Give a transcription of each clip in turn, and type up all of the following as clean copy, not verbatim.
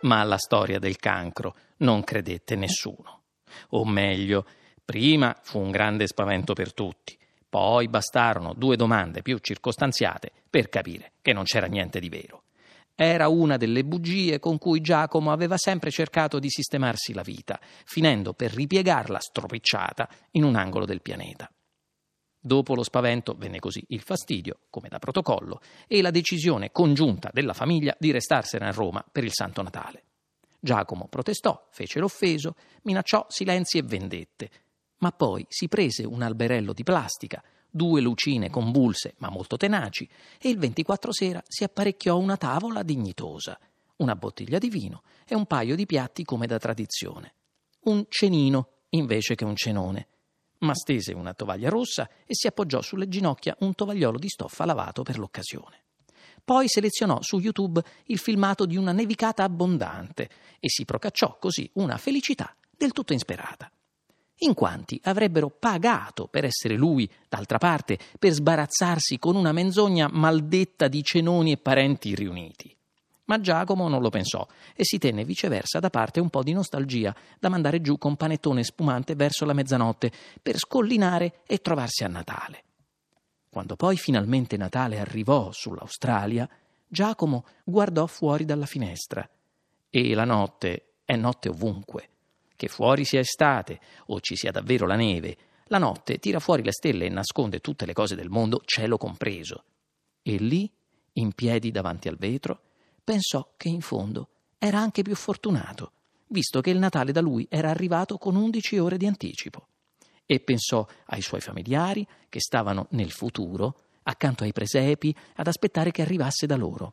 ma alla storia del cancro non credette nessuno. O meglio, prima fu un grande spavento per tutti, poi bastarono 2 domande più circostanziate per capire che non c'era niente di vero. Era una delle bugie con cui Giacomo aveva sempre cercato di sistemarsi la vita, finendo per ripiegarla stropicciata in un angolo del pianeta. Dopo lo spavento venne così il fastidio, come da protocollo, e la decisione congiunta della famiglia di restarsene a Roma per il Santo Natale. Giacomo protestò, fece l'offeso, minacciò silenzi e vendette, ma poi si prese un alberello di plastica, 2 lucine convulse ma molto tenaci, e il 24 sera si apparecchiò una tavola dignitosa, una bottiglia di vino e un paio di piatti come da tradizione. Un cenino invece che un cenone, ma stese una tovaglia rossa e si appoggiò sulle ginocchia un tovagliolo di stoffa lavato per l'occasione. Poi selezionò su YouTube il filmato di una nevicata abbondante e si procacciò così una felicità del tutto insperata. In quanti avrebbero pagato per essere lui, d'altra parte, per sbarazzarsi con una menzogna maldetta di cenoni e parenti riuniti. Ma Giacomo non lo pensò e si tenne viceversa da parte un po' di nostalgia da mandare giù con panettone spumante verso la mezzanotte per scollinare e trovarsi a Natale. Quando poi finalmente Natale arrivò sull'Australia, Giacomo guardò fuori dalla finestra. E la notte è notte ovunque. Che fuori sia estate o ci sia davvero la neve, la notte tira fuori le stelle e nasconde tutte le cose del mondo, cielo compreso. E lì, in piedi davanti al vetro, pensò che in fondo era anche più fortunato, visto che il Natale da lui era arrivato con 11 ore di anticipo. E pensò ai suoi familiari che stavano nel futuro, accanto ai presepi, ad aspettare che arrivasse da loro.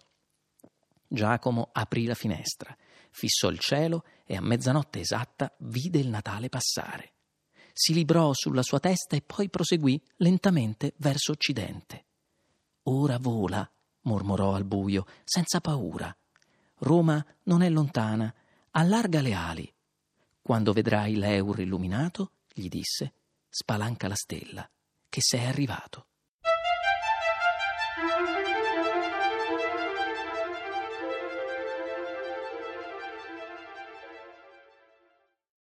Giacomo aprì la finestra, fissò il cielo e a mezzanotte esatta vide il Natale passare. Si librò sulla sua testa e poi proseguì lentamente verso occidente. «Ora vola», mormorò al buio, senza paura. «Roma non è lontana, allarga le ali. Quando vedrai l'Eur illuminato», gli disse, «spalanca la stella, che sei arrivato».